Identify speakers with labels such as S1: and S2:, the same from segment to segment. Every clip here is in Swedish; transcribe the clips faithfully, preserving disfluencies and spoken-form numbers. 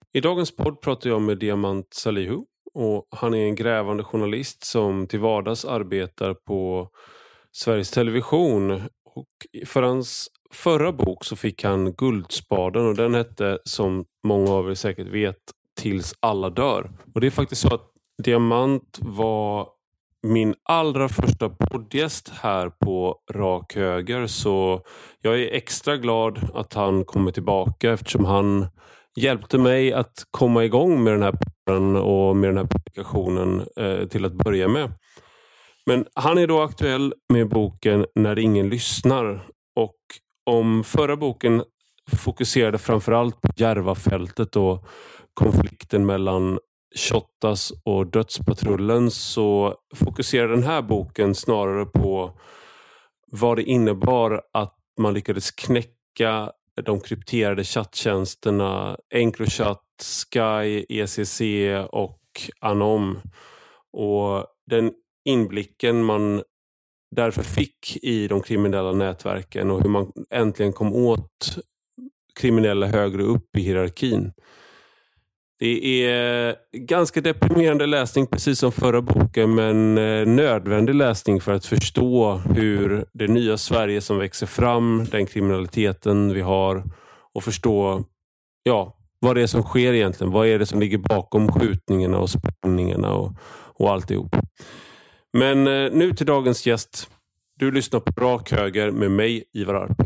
S1: I dagens podd pratar jag med Diamant Salihu och han är en grävande journalist som till vardags arbetar på Sveriges Television. Och för hans förra bok så fick han Guldspaden och den hette, som många av er säkert vet, Tills alla dör. Och det är faktiskt så att Diamant var min allra första poddgäst här på Rak Höger, så jag är extra glad att han kommer tillbaka eftersom han hjälpte mig att komma igång med den här podden och med den här publikationen eh, till att börja med. Men han är då aktuell med boken När ingen lyssnar, och om förra boken fokuserade framförallt på Järvafältet och konflikten mellan Shottaz och Dödspatrullen, så fokuserar den här boken snarare på vad det innebar att man lyckades knäcka de krypterade chatttjänsterna Encrochat, Sky, E C C och Anom, och den inblicken man därför fick i de kriminella nätverken och hur man äntligen kom åt kriminella högre upp i hierarkin. Det är ganska deprimerande läsning, precis som förra boken, men nödvändig läsning för att förstå hur det nya Sverige som växer fram, den kriminaliteten vi har, och förstå ja, vad det är som sker egentligen. Vad är det som ligger bakom skjutningarna och sprängningarna och, och alltihop. Men nu till dagens gäst. Du lyssnar på Rak Höger med mig, Ivar Arpi.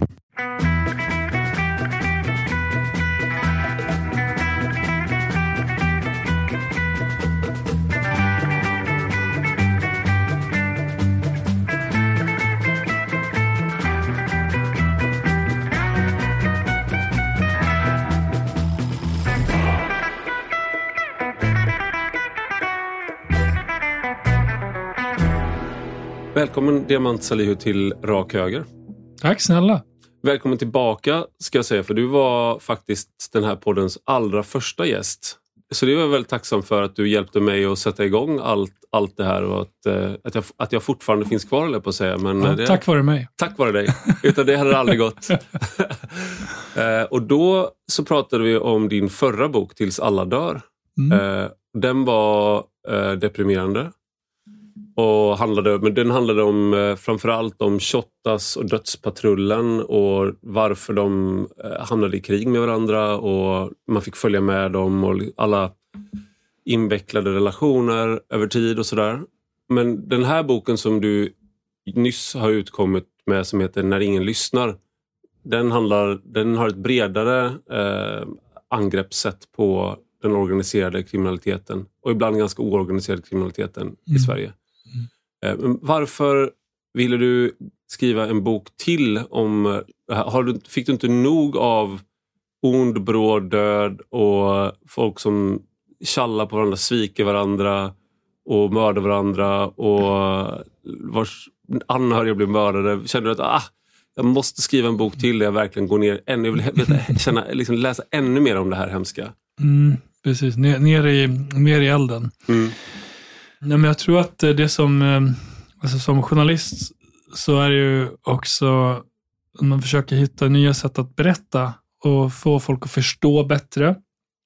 S1: Välkommen Diamant Salihu till Rak Höger.
S2: Tack snälla.
S1: Välkommen tillbaka ska jag säga, för du var faktiskt den här poddens allra första gäst. Så det är jag väldigt tacksam för att du hjälpte mig att sätta igång allt, allt det här och att, eh, att, jag, att jag fortfarande finns kvar, eller på att säga. Men
S2: ja,
S1: det,
S2: tack vare mig.
S1: Tack vare dig. Utan det hade det aldrig gått. eh, och då så pratade vi om din förra bok, Tills alla dör. Mm. Eh, den var eh, deprimerande. Och handlade, men den handlade om eh, framförallt om Shottaz och Dödspatrullen och varför de eh, hamnade i krig med varandra, och man fick följa med dem och alla invecklade relationer över tid och sådär. Men den här boken som du nyss har utkommit med, som heter När ingen lyssnar, den, handlar, den har ett bredare eh, angreppssätt på den organiserade kriminaliteten och ibland ganska oorganiserade kriminaliteten mm. i Sverige. Mm. Varför ville du skriva en bok till om, har du, fick du inte nog av ond, bråd död och folk som tjallar på varandra, sviker varandra och mördar varandra och vars anhöriga blir mördade? Kände du att ah, jag måste skriva en bok till där jag verkligen går ner ännu, jag vill veta, känna, liksom läsa ännu mer om det här hemska?
S2: Mm, precis, ner, ner, i, ner i elden. Mm. Nej, men jag tror att det som, alltså som journalist så är det ju också att man försöker hitta nya sätt att berätta och få folk att förstå bättre.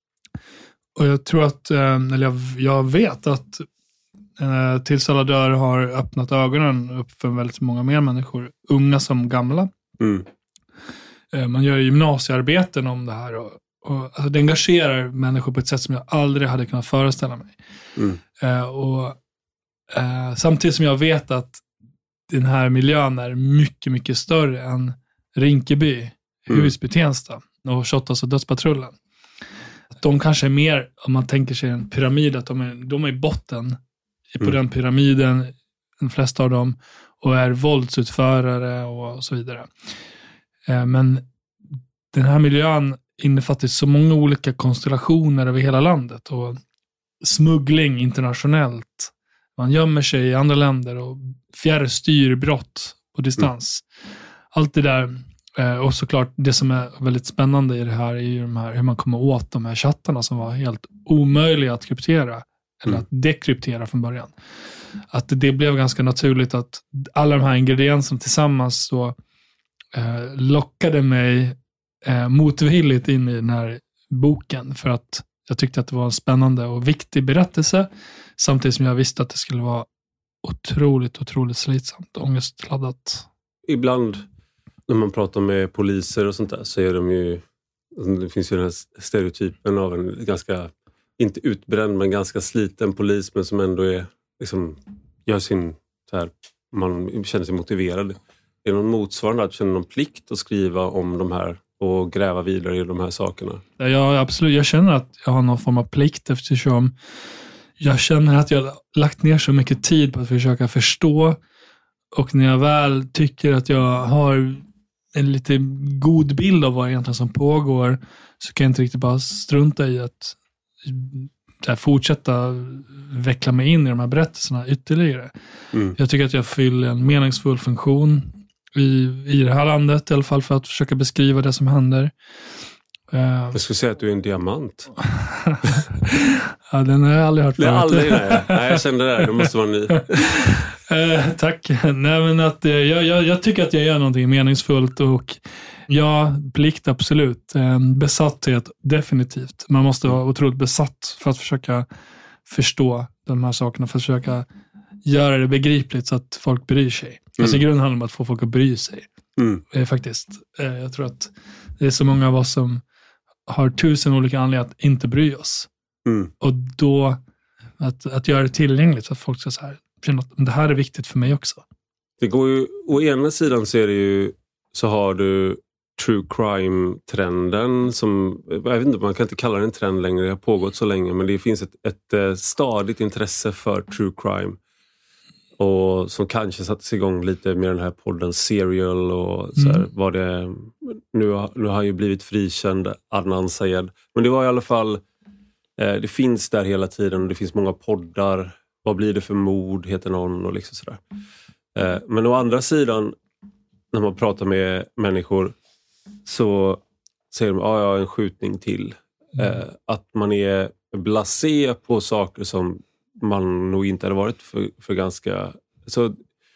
S2: Och jag tror att, eller jag, jag vet att Tills alla dör har öppnat ögonen upp för väldigt många mer människor, unga som gamla. Mm. Man gör gymnasiearbeten om det här och, och alltså det engagerar människor på ett sätt som jag aldrig hade kunnat föreställa mig. Mm. Uh, och uh, samtidigt som jag vet att den här miljön är mycket, mycket större än Rinkeby, mm. Husby, Tensta och Shottaz och Dödspatrullen. Att de kanske är mer, om man tänker sig en pyramid, att de är, de är i botten på mm. den pyramiden, de flesta av dem, och är våldsutförare och så vidare. Uh, men den här miljön innefattar så många olika konstellationer över hela landet och smuggling internationellt. Man gömmer sig i andra länder och fjärrstyr brott på distans. Mm. Allt det där, och såklart det som är väldigt spännande i det här är ju de här, hur man kommer åt de här chattarna som var helt omöjliga att kryptera eller mm. att dekryptera från början. Att det blev ganska naturligt att alla de här ingredienserna tillsammans så eh, lockade mig eh, motvilligt in i den här boken, för att jag tyckte att det var en spännande och viktig berättelse. Samtidigt som jag visste att det skulle vara otroligt, otroligt slitsamt och ångestladdat.
S1: Ibland när man pratar med poliser och sånt där så är de ju, det finns ju den här stereotypen av en ganska, inte utbränd men ganska sliten polis, men som ändå är liksom, gör sin så här, man känner sig motiverad. Är det någon motsvarande att känna någon plikt att skriva om de här och gräva vidare i de här sakerna?
S2: Ja, absolut. Jag känner att jag har någon form av plikt, eftersom jag känner att jag har lagt ner så mycket tid på att försöka förstå, och när jag väl tycker att jag har en lite god bild av vad egentligen som pågår, så kan jag inte riktigt bara strunta i att här, fortsätta veckla mig in i de här berättelserna ytterligare. Mm. Jag tycker att jag fyller en meningsfull funktion i, i det här landet, i alla fall för att försöka beskriva det som händer.
S1: Jag skulle säga att du är en diamant.
S2: Ja, den har jag aldrig hört förut.
S1: Det är aldrig, nej. nej, jag kände det där, det måste vara ny.
S2: eh, tack. Nej, men att, eh, jag, jag, jag tycker att jag gör någonting meningsfullt, och ja, plikt absolut. Eh, besatthet definitivt. Man måste vara otroligt besatt för att försöka förstå de här sakerna, för att försöka göra det begripligt så att folk bryr sig. Mm. Alltså i grunden handlar det om att få folk att bry sig. Mm. Eh, faktiskt. Eh, jag tror att det är så många av oss som har tusen olika anledningar att inte bry oss. Mm. Och då att, att göra det tillgängligt så att folk ska så här, känna att det här är viktigt för mig också.
S1: Det går ju, å ena sidan så är det ju, så har du true crime-trenden som, jag vet inte, man kan inte kalla det en trend längre, det har pågått så länge, men det finns ett, ett stadigt intresse för true crime. Och som kanske sattes igång lite med den här podden Serial och så här, mm. var det, nu har, nu har ju blivit frikänd Adnan Syed. Men det var i alla fall, eh, det finns där hela tiden och det finns många poddar. Vad blir det för mord, heter någon och liksom sådär. Eh, men å andra sidan, när man pratar med människor så säger de, ja, ja, en skjutning till. Eh, att man är blasé på saker som man nog inte hade varit för, för ganska... Så,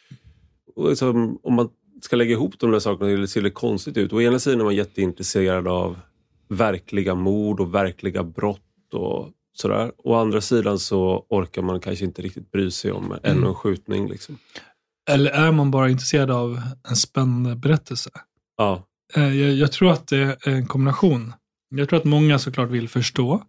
S1: så, om man ska lägga ihop de där sakerna så ser det konstigt ut. Å ena sidan är man jätteintresserad av verkliga mord och verkliga brott och sådär. Å andra sidan så orkar man kanske inte riktigt bry sig om ännu en mm. skjutning. Liksom.
S2: Eller är man bara intresserad av en spännande berättelse?
S1: Ja.
S2: Jag, jag tror att det är en kombination. Jag tror att många såklart vill förstå,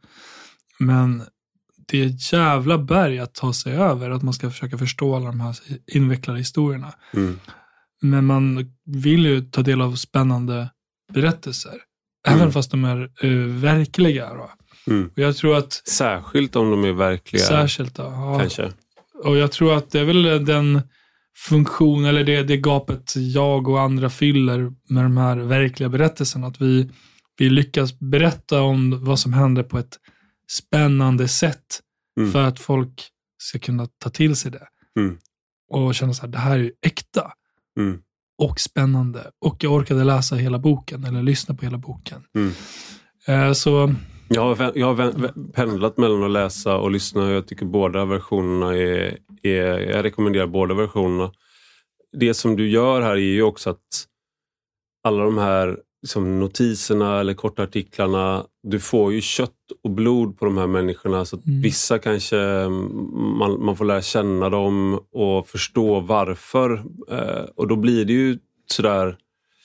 S2: men det är jävla berg att ta sig över, att man ska försöka förstå alla de här invecklade historierna. Mm. Men man vill ju ta del av spännande berättelser. Mm. Även fast de är uh, verkliga. Då. Mm. Och jag tror att...
S1: Särskilt om de är verkliga.
S2: Särskilt, ja.
S1: Kanske.
S2: Och jag tror att det är väl den funktion, eller det, det gapet jag och andra fyller med de här verkliga berättelserna. Att vi, vi lyckas berätta om vad som händer på ett spännande sätt mm. för att folk ska kunna ta till sig det. Mm. Och känna så här, det här är ju äkta. Mm. Och spännande. Och jag orkade läsa hela boken eller lyssna på hela boken. Mm. Eh, så...
S1: Jag har, jag har pendlat mellan att läsa och lyssna. Jag tycker båda versionerna är, är... Jag rekommenderar båda versionerna. Det som du gör här är ju också att alla de här liksom notiserna eller korta artiklarna, du får ju kött och blod på de här människorna, så att mm. vissa kanske man, man får lära känna dem och förstå varför, eh, och då blir det ju sådär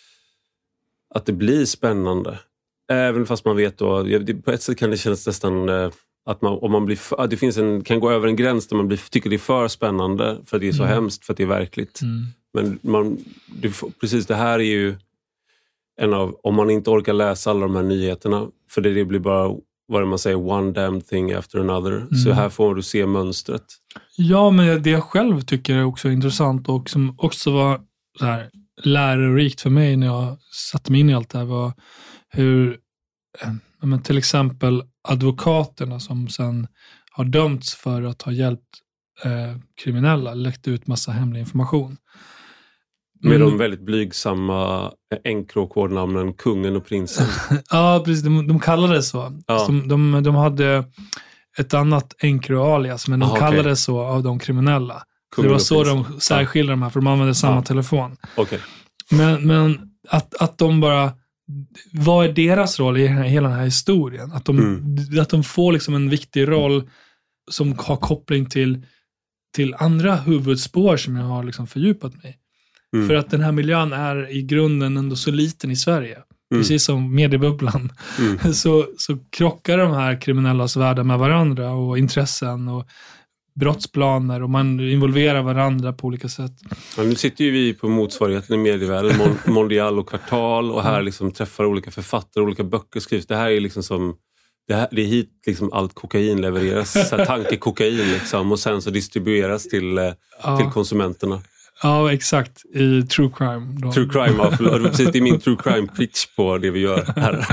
S1: att det blir spännande, även fast man vet då, på ett sätt kan det kännas nästan eh, att man, om man blir för, det finns en, kan gå över en gräns där man blir, tycker det är för spännande för att det är så mm. hemskt, för att det är verkligt. Mm. Men man, det, precis det här är ju en av, om man inte orkar läsa alla de här nyheterna, för det, det blir bara, vad man säger, one damn thing after another. Mm. Så här får du se mönstret. Ja, men det jag själv tycker är också intressant och som också var så här lärorikt för mig när jag satte mig in i allt det här, var hur men till exempel advokaterna som sen har dömts för att ha hjälpt eh, kriminella, läckt ut massa hemlig information. Med mm. de väldigt blygsamma N K K-kodnamnen Kungen och Prinsen. Ja, precis. De, de kallade det så. Ja. De, de, de hade ett annat N K-alias, men de Aha, kallade okay. det så av de kriminella. Det var så de särskilde de här, för de använde samma ja. telefon. Okay.
S2: Men, men att, att de bara vad är deras roll i hela den här historien? Att de, mm. att de får liksom en viktig roll som har koppling till, till andra huvudspår som jag har liksom fördjupat mig. Mm. För att den här miljön är i grunden ändå så liten i Sverige. Mm. Precis som mediebubblan. Mm. så, så krockar de här kriminellas världar med varandra och intressen och brottsplaner och man involverar varandra på olika sätt.
S1: Ja, nu sitter ju vi på motsvarigheten i medievärlden, Mon- Mondial och Kvartal och här liksom träffar olika författare, olika böcker skrivs. Det här är liksom som det, här, det är hit liksom allt kokain levereras, tankekokain liksom, och sen så distribueras till, ja. till konsumenterna.
S2: Ja, exakt. I True Crime. Då.
S1: True Crime, ja. Det var precis det är min True Crime pitch på det vi gör här.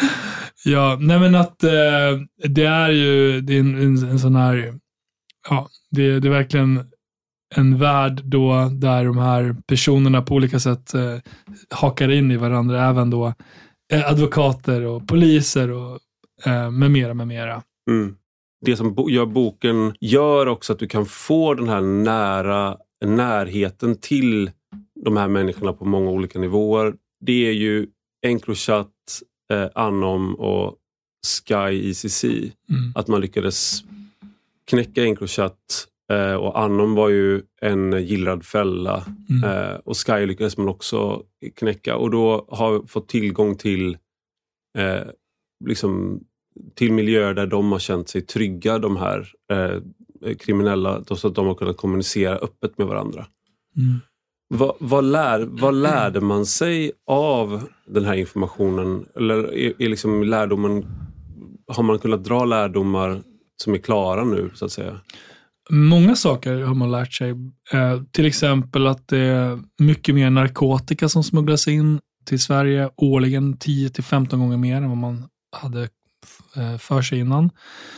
S2: Ja, nej men att eh, det är ju det är en, en, en sån här ja, det, det är verkligen en värld då där de här personerna på olika sätt eh, hakar in i varandra, även då eh, advokater och poliser och eh, med mera, med mera.
S1: Mm. Det som bo- gör boken gör också att du kan få den här nära närheten till de här människorna på många olika nivåer. Det är ju Encrochat, eh, Anom och Sky E C C. Mm. Att man lyckades knäcka Encrochat eh, och Anom var ju en gillrad fälla mm. eh, och Sky lyckades man också knäcka och då har fått tillgång till eh, liksom till miljöer där de har känt sig trygga, de här eh, kriminella, så att de har kunnat kommunicera öppet med varandra. Mm. Vad, vad, lär, vad lärde man sig av den här informationen? Eller är, är liksom lärdomen, har man kunnat dra lärdomar som är klara nu, så att säga?
S2: Många saker har man lärt sig. Eh, till exempel att det är mycket mer narkotika som smugglas in till Sverige årligen, tio till femton gånger mer än vad man hade eh, för sig innan.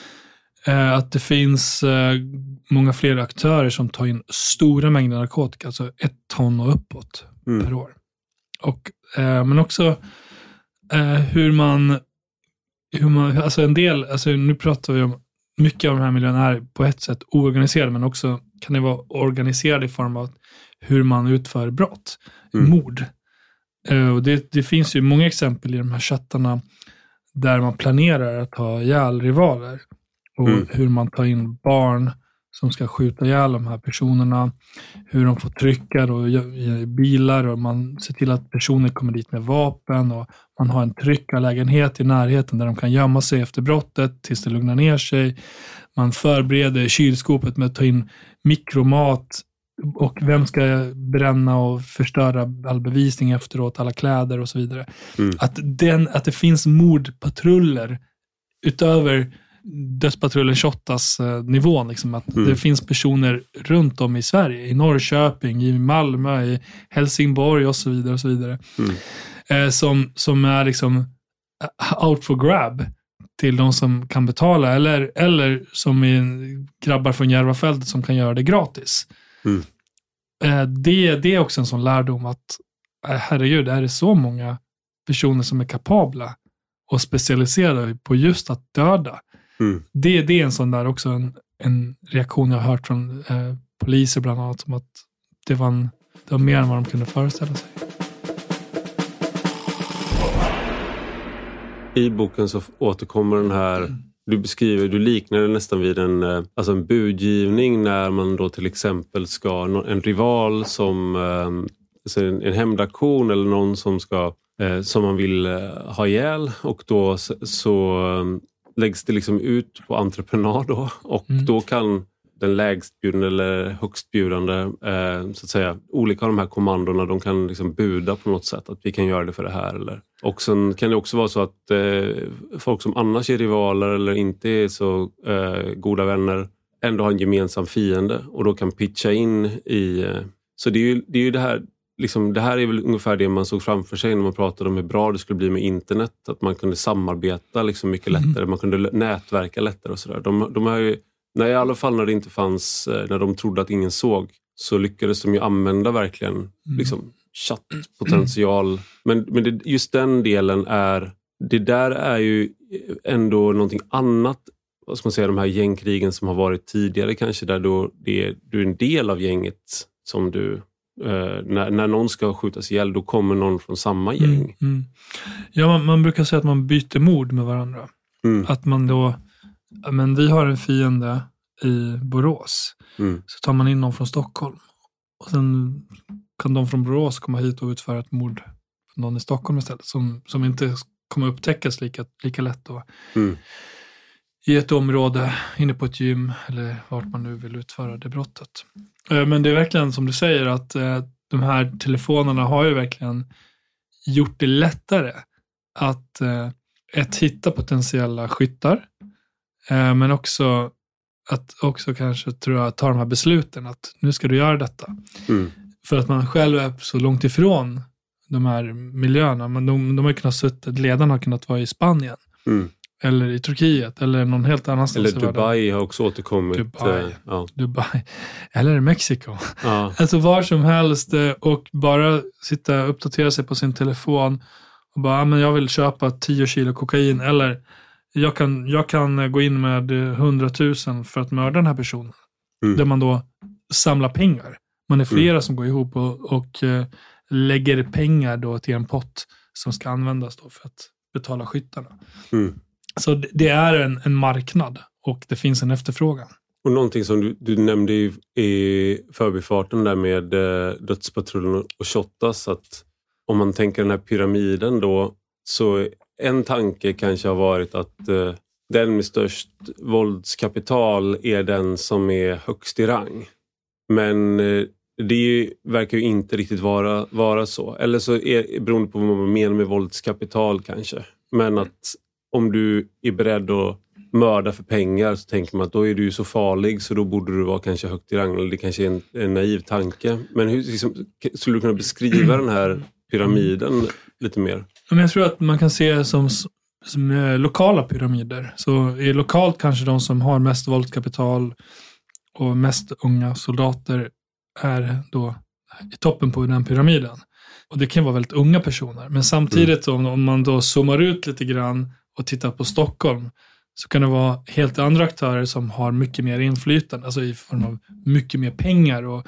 S2: Eh, att det finns eh, många fler aktörer som tar in stora mängder narkotika, alltså ett ton och uppåt mm. per år. Och, eh, men också eh, hur man, hur man, alltså en del, alltså nu pratar vi om mycket av de här miljöerna är på ett sätt oorganiserade, men också kan det vara organiserade i form av hur man utför brott, mm. mord. Uh, och det, det finns ju många exempel i de här chattarna där man planerar att ha ihjäl rivaler och mm. hur man tar in barn som ska skjuta ihjäl de här personerna, hur de får trycka då i bilar och man ser till att personer kommer dit med vapen och man har en tryckarlägenhet i närheten där de kan gömma sig efter brottet tills det lugnar ner sig. Man förbereder kylskåpet med att ta in mikromat och vem ska bränna och förstöra all bevisning efteråt, alla kläder och så vidare. Mm. Att, den, att det finns mordpatruller utöver dödspatrullen Shottaz eh, nivån, liksom, att mm. det finns personer runt om i Sverige, i Norrköping, i Malmö, i Helsingborg och så vidare och så vidare. Mm. Eh, som, som är liksom out for grab till de som kan betala eller, eller som är grabbar från Järvafältet som kan göra det gratis. Mm. Eh, det, det är också en sån lärdom att eh, herregud, är det så många personer som är kapabla och specialiserade på just att döda. Mm. Det, det är en sån där också en, en reaktion jag har hört från eh, poliser bland annat, som att det var, en, det var mer än vad de kunde föreställa sig.
S1: I boken så återkommer den här, mm. du beskriver, du liknar det nästan vid en, alltså en budgivning när man då till exempel ska, en rival som alltså en, en hämndaktion eller någon som ska, som man vill ha ihjäl, och då så läggs det liksom ut på entreprenad då, och mm. då kan den lägstbjudande eller högstbjudande eh, så att säga, olika av de här kommandorna, de kan liksom buda på något sätt att vi kan göra det för det här. Eller. Och sen kan det också vara så att eh, folk som annars är rivaler eller inte är så eh, goda vänner ändå har en gemensam fiende och då kan pitcha in i... Eh, så det är ju det, är ju det här... Liksom, det här är väl ungefär det man såg framför sig när man pratade om hur bra det skulle bli med internet. Att man kunde samarbeta liksom mycket lättare. Mm. Man kunde nätverka lättare och sådär. De, de har ju, när i alla fall när det inte fanns, när de trodde att ingen såg, så lyckades de ju använda verkligen mm. liksom, chattpotential. Mm. Men, men det, just den delen är, det där är ju ändå någonting annat. Vad ska man säga, de här gängkrigen som har varit tidigare kanske, där då det, du är en del av gänget som du Eh, när, när någon ska skjutas ihjäl, då kommer någon från samma gäng.
S2: Mm, mm. Ja, man, man brukar säga att man byter mord med varandra.
S1: Mm.
S2: Att man då, men vi har en fiende i Borås.
S1: Mm.
S2: Så tar man in någon från Stockholm. Och sen kan de från Borås komma hit och utföra ett mord för någon i Stockholm istället. Som, som inte kommer upptäckas lika, lika lätt då.
S1: Mm.
S2: I ett område, inne på ett gym eller vart man nu vill utföra det brottet. Men det är verkligen som du säger att de här telefonerna har ju verkligen gjort det lättare att ett, hitta potentiella skyttar, men också att också kanske tror jag, ta de här besluten att nu ska du göra detta.
S1: Mm.
S2: För att man själv är så långt ifrån de här miljöerna. Men de, de har kunnat suttit, ledarna har kunnat vara i Spanien.
S1: Mm.
S2: Eller i Turkiet. Eller någon helt annanstans.
S1: Eller Dubai har också återkommit.
S2: Dubai.
S1: Eh, ja.
S2: Dubai. Eller Mexiko.
S1: Ja.
S2: Alltså var som helst. Och bara sitta och uppdatera sig på sin telefon. Och bara, men jag vill köpa tio kilo kokain. Eller jag kan, jag kan gå in med hundratusen för att mörda den här personen. Mm. Där man då samlar pengar. Man är flera mm. som går ihop och, och uh, lägger pengar då till en pott som ska användas då för att betala skyttarna. Mm. Så det, det är en, en marknad och det finns en efterfrågan.
S1: Och någonting som du, du nämnde i, i förbifarten där med eh, dödspatrullen och Shottaz, att om man tänker den här pyramiden då, så en tanke kanske har varit att eh, den med störst våldskapital är den som är högst i rang. Men eh, det verkar ju inte riktigt vara, vara så. Eller så är beroende på vad man menar med våldskapital kanske. Men att om du är beredd att mörda för pengar så tänker man att då är du ju så farlig så då borde du vara kanske högt i rang. Eller det kanske är en, en naiv tanke. Men hur liksom, skulle du kunna beskriva den här pyramiden lite mer?
S2: Men jag tror att man kan se det som, som lokala pyramider. Så är lokalt kanske de som har mest våldskapital och mest unga soldater är då i toppen på den pyramiden. Och det kan vara väldigt unga personer. Men samtidigt mm. om, om man då zoomar ut lite grann och tittar på Stockholm så kan det vara helt andra aktörer som har mycket mer inflytande. Alltså i form av mycket mer pengar och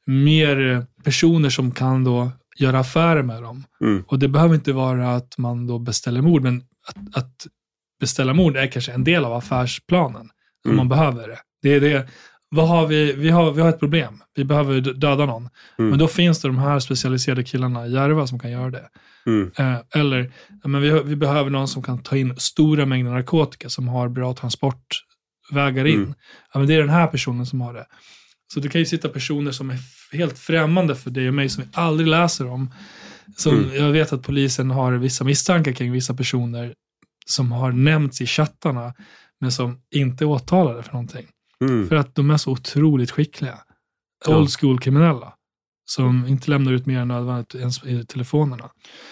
S2: mer personer som kan då göra affärer med dem. Mm. Och det behöver inte vara att man då beställer mord, men att, att beställa mord är kanske en del av affärsplanen. Om mm. man behöver det. Det är det. Vad har vi? Vi har, vi har ett problem. Vi behöver döda någon. Mm. Men då finns det de här specialiserade killarna i Järva som kan göra det. Mm. Eh, eller men vi, vi behöver någon som kan ta in stora mängder narkotika som har bra transportvägar in. Mm. Ja, men det är den här personen som har det. Så det kan ju sitta personer som är helt främmande för dig och mig som vi aldrig läser om. Som mm. jag vet att polisen har vissa misstankar kring vissa personer som har nämnts i chattarna men som inte är åtalade för någonting. Mm. För att de är så otroligt skickliga. Ja. Old school kriminella. Som inte lämnar ut mer än nödvändigt ens i telefonerna.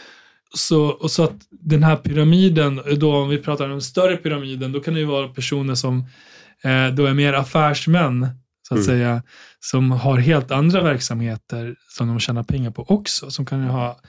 S2: Så, och så att den här pyramiden, då om vi pratar om den större pyramiden, då kan det ju vara personer som eh, då är mer affärsmän, så att mm. säga, som har helt andra verksamheter som de tjänar pengar på också. Som kan ju ha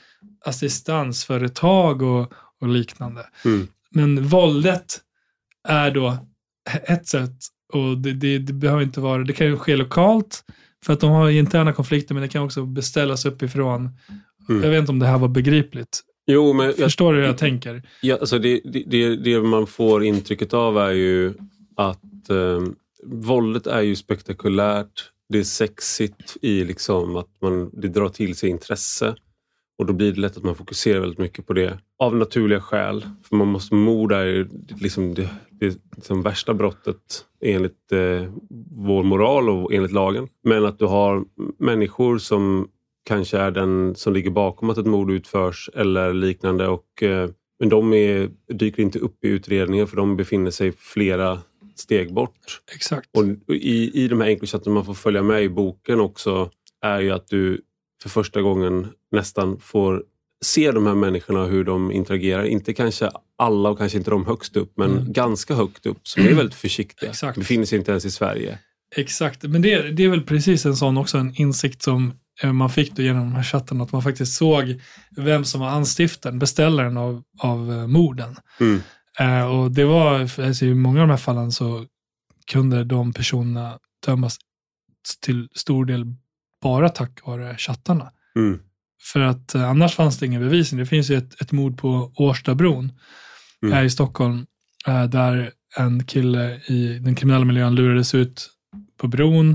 S2: assistansföretag och, och liknande. Mm. Men våldet är då ett sätt. Och det, det, det behöver inte vara, det kan ju ske lokalt för att de har interna konflikter, men det kan också beställas uppifrån. Mm. Jag vet inte om det här var begripligt.
S1: Jo, men
S2: förstår du hur jag tänker?
S1: Ja, alltså det, det, det man får intrycket av är ju att eh, våldet är ju spektakulärt. Det är sexigt i liksom att man, det drar till sig intresse. Och då blir det lätt att man fokuserar väldigt mycket på det. Av naturliga skäl. För man måste morda är ju liksom det, det liksom värsta brottet enligt eh, vår moral och enligt lagen. Men att du har människor som kanske är den som ligger bakom att ett mord utförs eller liknande. Och, eh, men de är, dyker inte upp i utredningen för de befinner sig flera steg bort.
S2: Exakt.
S1: Och i, i de här enkelchatterna man får följa med i boken också är ju att du för första gången nästan får se de här människorna hur de interagerar. Inte kanske alla och kanske inte de högst upp, men mm. ganska högt upp som är väldigt försiktiga.
S2: Exakt.
S1: Befinner sig inte ens i Sverige.
S2: Exakt, men det, det är väl precis en sån också en insikt som man fick då genom de här chatten, att man faktiskt såg vem som var anstiften, beställaren av, av morden. Mm. Eh, och det var, alltså, i många av de här fallen så kunde de personerna dömas till stor del bara tack vare chattarna.
S1: Mm.
S2: För att eh, annars fanns det ingen bevisning. Det finns ju ett, ett mord på Årstabron mm. här i Stockholm eh, där en kille i den kriminella miljön lurades ut på bron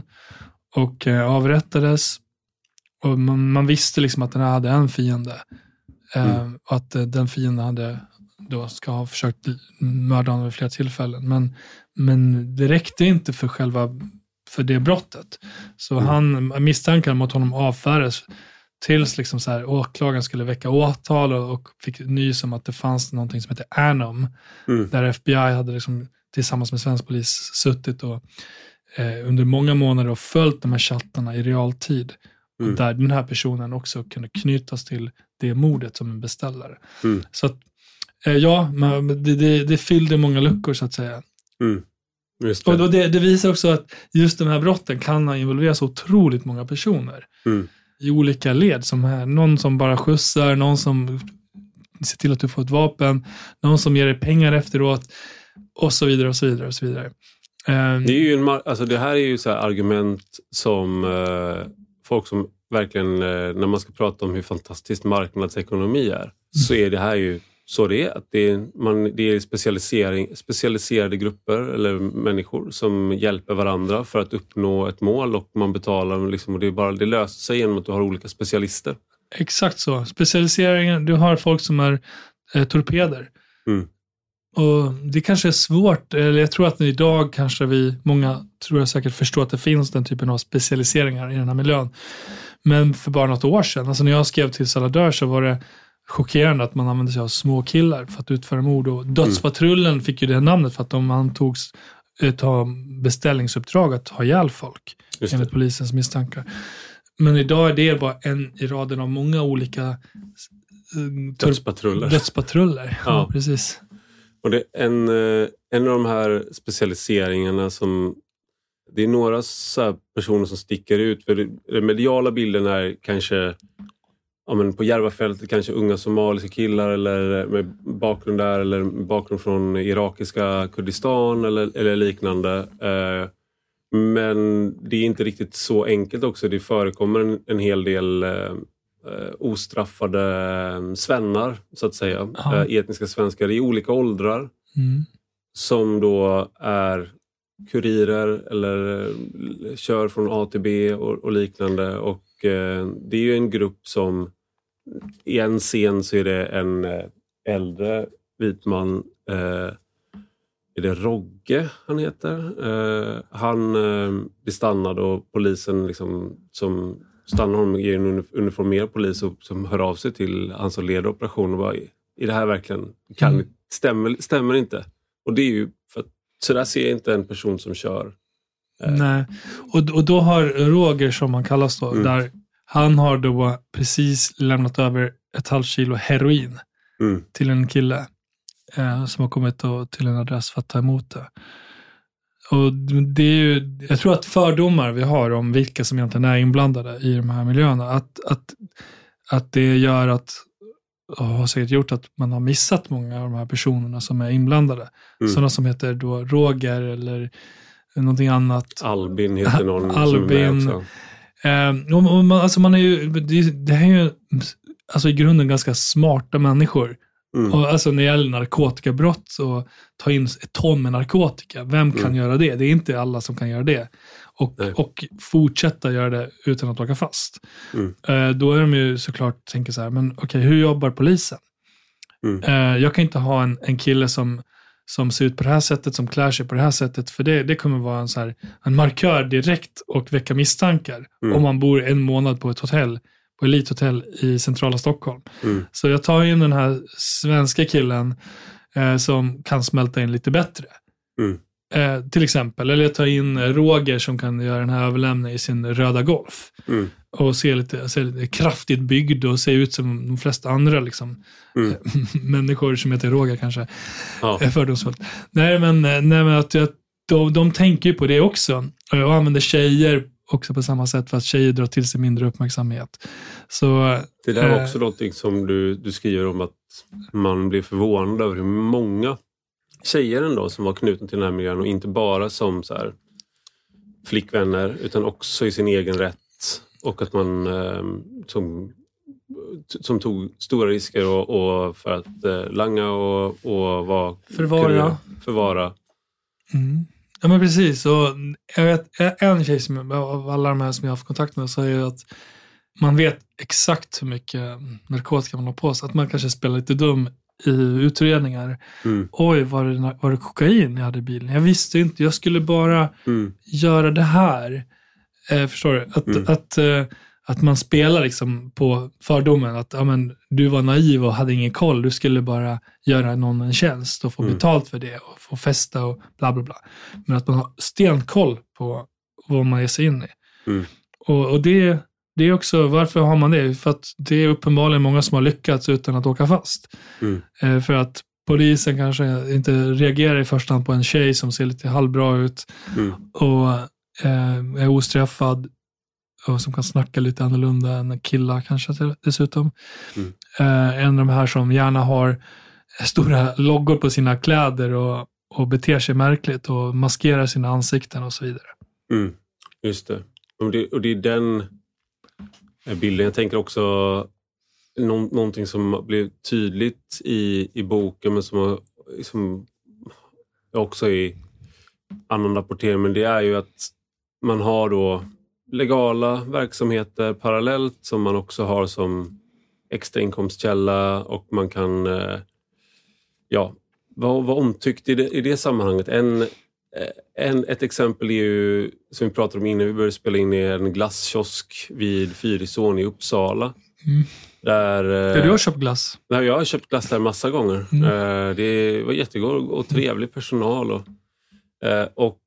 S2: och eh, avrättades. Och man, man visste liksom att den här hade en fiende. Eh, mm. Och att eh, den fienden hade då ska ha försökt mörda honom vid flera tillfällen. Men, men det räckte inte för själva för det brottet. Så mm. han, misstanken mot honom avfärdes tills liksom så här, åklagaren skulle väcka åtal och, och fick nys om att det fanns någonting som heter Anom. Mm. Där F B I hade liksom, tillsammans med svensk polis suttit och, eh, under många månader och följt de här chattarna i realtid. Mm. Och där den här personen också kunde knytas till det mordet som en beställare. Mm. Så att, eh, ja, man, det, det, det fyllde många luckor så att säga.
S1: Mm. Just det.
S2: Och det, det visar också att just de här brotten kan ha involverat så otroligt många personer. Mm. I olika led. Som här, någon som bara skjutsar, någon som ser till att du får ett vapen, någon som ger dig pengar efteråt och så vidare och så vidare och så vidare. Um,
S1: det, är ju en, alltså det här är ju så här argument som eh, folk som verkligen, eh, när man ska prata om hur fantastisk marknadsekonomi är, mm. så är det här ju så det är. Att det är, man, det är specialisering, specialiserade grupper eller människor som hjälper varandra för att uppnå ett mål och man betalar liksom, och det, är bara, det löser sig genom att du har olika specialister.
S2: Exakt så. Specialiseringen, du har folk som är eh, torpeder. Mm. Och det kanske är svårt, eller jag tror att idag kanske vi, många tror jag säkert förstår att det finns den typen av specialiseringar i den här miljön. Men för bara något år sedan, alltså när jag skrev till Saladör så var det chockerande att man använde sig av små killar för att utföra mord. Och Dödspatrullen mm. fick ju det namnet för att de antogs ta beställningsuppdrag att ha ihjäl folk enligt polisens misstankar. Men idag är det bara en i raden av många olika uh,
S1: dödspatruller.
S2: dödspatruller. Ja. Ja, precis.
S1: Och det är en, en av de här specialiseringarna som det är några så här personer som sticker ut. För den mediala bilden är kanske ja, men på Järvafältet kanske unga somaliska killar eller med bakgrund där eller bakgrund från irakiska Kurdistan eller, eller liknande. Eh, men det är inte riktigt så enkelt också. Det förekommer en, en hel del eh, ostraffade svennar så att säga. Eh, etniska svenskar i olika åldrar mm. som då är kurirer eller kör från A till B och, och liknande. Och eh, det är ju en grupp som i en scen så är det en eh, äldre vit man, eh, är det Rogge han heter? Eh, han eh, blir stannad och polisen liksom, som stannar honom i en uniformerad polis och, som hör av sig till han som leder operationen och bara, är det här verkligen kan, mm. stämmer, stämmer inte? Och det är ju för att så där ser jag inte en person som kör.
S2: Eh. Nej, och, och då har Roger som han kallas då, mm. där han har då precis lämnat över ett halvt kilo heroin mm. till en kille eh, som har kommit då till en adress för att ta emot det. Och det är ju, jag tror att fördomar vi har om vilka som egentligen är inblandade i de här miljöerna, att, att, att det gör att, och har säkert gjort att man har missat många av de här personerna som är inblandade. Mm. Sådana som heter då Roger eller någonting annat.
S1: Albin heter någon
S2: Albin,
S1: som är med också.
S2: Eh, och man, alltså man är ju, det, det här är ju alltså i grunden ganska smarta människor. Mm. Och alltså när det gäller narkotikabrott och ta in ett ton med narkotika, vem kan mm. göra det? Det är inte alla som kan göra det. Och, och fortsätta göra det utan att åka fast. Mm. Eh, då är de ju såklart tänker så här, men okej, okay, hur jobbar polisen? Mm. Eh, jag kan inte ha en, en kille som som ser ut på det här sättet, som klär sig på det här sättet, för det, det kommer vara en, så här, en markör direkt och väcka misstankar mm. om man bor en månad på ett hotell, på Elithotell i centrala Stockholm. Mm. Så jag tar in den här svenska killen eh, som kan smälta in lite bättre. Mm. Eh, till exempel, eller jag tar in Roger som kan göra den här överlämningen i sin röda Golf. Mm. Och se lite, se lite kraftigt byggd och se ut som de flesta andra liksom, mm. människor som heter Roger kanske. Ja. Är fördomsfullt. Nej, men, nej, men att jag, de, de tänker ju på det också. Och använder tjejer också på samma sätt för att tjejer drar till sig mindre uppmärksamhet. Så,
S1: det där är
S2: äh,
S1: också någonting som du, du skriver om, att man blir förvånad över hur många tjejer ändå som var knutna till den här miljön och inte bara som så här flickvänner utan också i sin egen rätt Och att man eh, som, som tog stora risker och, och för att eh, langa och, och vara
S2: Förvara.
S1: förvara.
S2: Mm. Ja, men precis. Och jag vet, en tjej som, av alla de här som jag har haft kontakt med säger att man vet exakt hur mycket narkotika man har på sig. Att man kanske spelar lite dum i utredningar. Mm. Oj, var det, var det kokain jag hade i bilen? Jag visste inte, jag skulle bara mm. göra det här. Eh, förstår du? Att, mm. att, eh, att man spelar liksom på fördomen att ja, men, du var naiv och hade ingen koll. Du skulle bara göra någon en tjänst och få mm. betalt för det och få festa och bla bla bla. Men att man har stenkoll på vad man ger sig in i. Mm. Och, och det, det är också, varför har man det? För att det är uppenbarligen många som har lyckats utan att åka fast. Mm. Eh, för att polisen kanske inte reagerar i första hand på en tjej som ser lite halvbra ut mm. och eh, är ostraffad och som kan snacka lite annorlunda än killar kanske dessutom. Mm. Eh, en av de här som gärna har stora loggor på sina kläder och, och beter sig märkligt och maskerar sina ansikten och så vidare.
S1: Mm. Just det. Och det. Och det är den bilden. Jag tänker också nå, någonting som blev tydligt i, i boken men som, som också i annan rapportering, men det är ju att man har då legala verksamheter parallellt som man också har som extra inkomstkälla och man kan ja, vara var omtyckt i det, i det sammanhanget. En, en, ett exempel är ju, som vi pratade om innan vi började spela in, är en glasskiosk vid Fyrisån i Uppsala. Mm. Där,
S2: där du har köpt glass?
S1: Nej, jag har köpt glass där massa gånger. Mm. Det var jättegod och trevlig personal. Och, och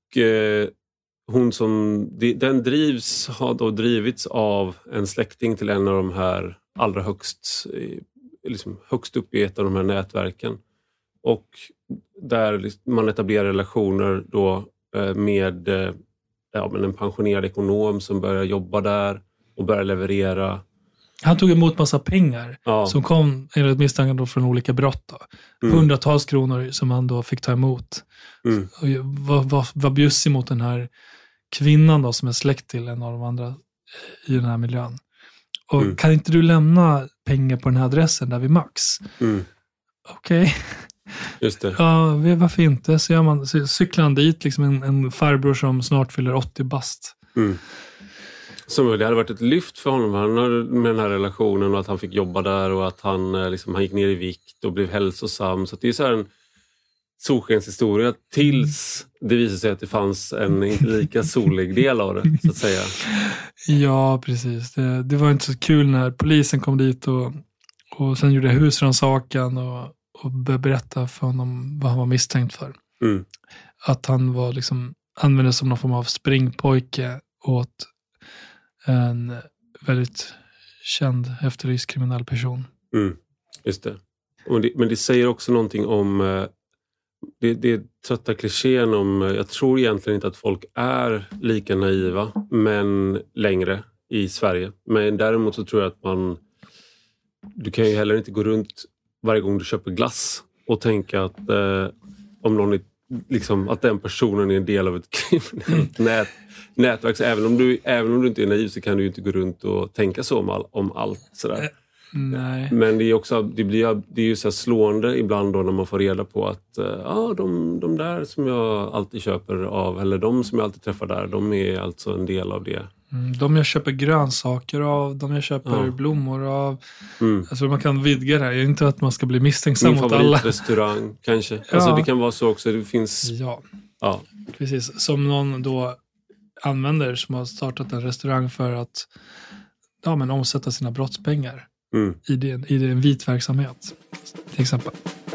S1: hon som, den drivs, har då drivits av en släkting till en av de här allra högst, liksom högst upp i ett av de här nätverken. Och där man etablerar relationer då med, ja, med en pensionerad ekonom som börjar jobba där och börjar leverera.
S2: Han tog emot massa pengar ja. som kom enligt misstanken då från olika brott. Då. Mm. Hundratals kronor som han då fick ta emot. Mm. Och var, var, var bjussig mot den här kvinnan då som är släkt till en av de andra i den här miljön. Och mm. kan inte du lämna pengar på den här adressen där vid Max? Mm. Okej. Okay.
S1: Just det.
S2: Ja, varför inte? Så gör man, så cyklar han dit liksom en, en farbror som snart fyller åttio bast. Mm.
S1: Så det hade varit ett lyft för honom med den här relationen och att han fick jobba där och att han, liksom, han gick ner i vikt och blev hälsosam. Så det är så här en solskenshistoria tills det visade sig att det fanns en inte lika solig del av det, så att säga.
S2: Ja, precis. Det, det var inte så kul när polisen kom dit och, och sen gjorde husrannsakan och, och började berätta för honom vad han var misstänkt för. Mm. Att han var liksom användes som någon form av springpojke åt en väldigt känd efterlyst kriminell person.
S1: Mm, just det. Och det. Men det säger också någonting om det, det trötta klichén om, jag tror egentligen inte att folk är lika naiva men längre i Sverige. Men däremot så tror jag att man, du kan ju heller inte gå runt varje gång du köper glass och tänka att eh, om någon är, liksom, att den personen är en del av ett kriminellt nät, nätverk. Så även om, du, även om du inte är naiv så kan du ju inte gå runt och tänka så om, all, om allt sådär.
S2: Nej.
S1: Men det är också det blir, det är ju så här slående ibland då när man får reda på att ja, ah, de, de där som jag alltid köper av, eller de som jag alltid träffar där, de är alltså en del av det.
S2: Mm, de jag köper grönsaker av, de jag köper ja. blommor av. Mm. Alltså man kan vidga det här. Jag är inte att man ska bli misstänksam mot alla. Min
S1: favoritrestaurang kanske. Ja. Alltså det kan vara så också. Det finns...
S2: Ja. ja, precis. Som någon då använder som har startat en restaurang för att ja, men omsätta sina brottspengar. Mm. I, det, i det en vit verksamhet till exempel.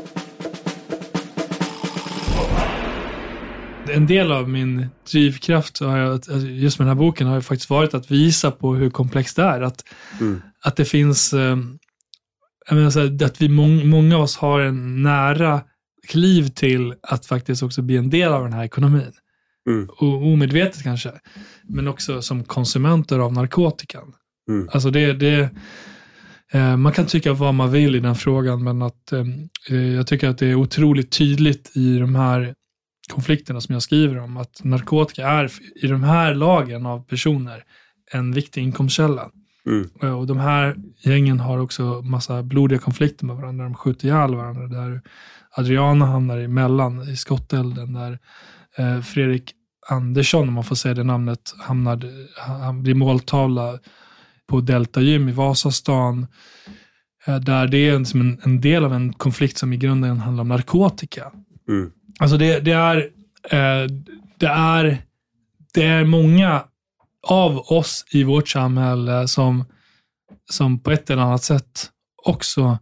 S2: En del av min drivkraft har jag, just med den här boken har ju faktiskt varit att visa på hur komplext det är. Att, mm. att det finns jag menar så här, att vi mång, många av oss har en nära kliv till att faktiskt också bli en del av den här ekonomin. Mm. O, omedvetet kanske. Men också som konsumenter av narkotikan. Mm. Alltså det, det man kan tycka vad man vill i den frågan, men att eh, jag tycker att det är otroligt tydligt i de här konflikterna som jag skriver om att narkotika är i de här lagen av personer en viktig inkomstkälla.
S1: Mm.
S2: Och de här gängen har också massa blodiga konflikter med varandra. De skjuter ihjäl varandra. Där Adriana hamnar emellan i skottelden. Där eh, Fredrik Andersson, om man får säga det namnet, hamnar, han blir måltavla på Delta Gym i Vasastan. Eh, där det är som en, en del av en konflikt som i grunden handlar om narkotika.
S1: Mm.
S2: Alltså det, det är eh, det är det är många av oss i vårt samhälle som, som på ett eller annat sätt också,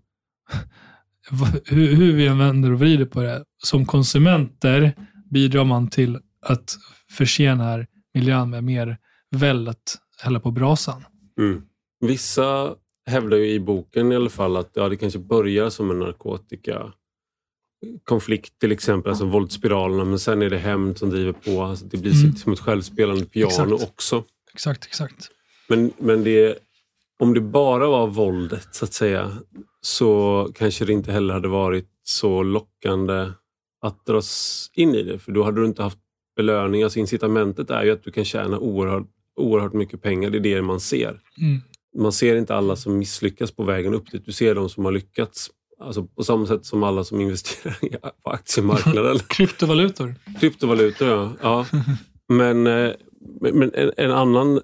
S2: hur, hur vi än vänder och vrider på det, som konsumenter bidrar man till att förse den här miljön med mer vället hälla på brasan.
S1: Mm. Vissa hävdar ju i boken i alla fall att ja, det kanske börjar som en narkotika konflikt till exempel, alltså våldsspiralerna, men sen är det hämnd som driver på, alltså det blir mm. som ett självspelande piano exakt. Också.
S2: Exakt, exakt.
S1: Men, men det, om det bara var våldet så att säga, så kanske det inte heller hade varit så lockande att dras in i det, för då hade du inte haft belöning. Alltså incitamentet är ju att du kan tjäna oerhört, oerhört mycket pengar, det är det man ser.
S2: Mm.
S1: Man ser inte alla som misslyckas på vägen upp dit, du ser de som har lyckats. Alltså på samma sätt som alla som investerar på aktiemarknaden.
S2: Kryptovalutor.
S1: Kryptovalutor, ja. ja. Men, men en, en annan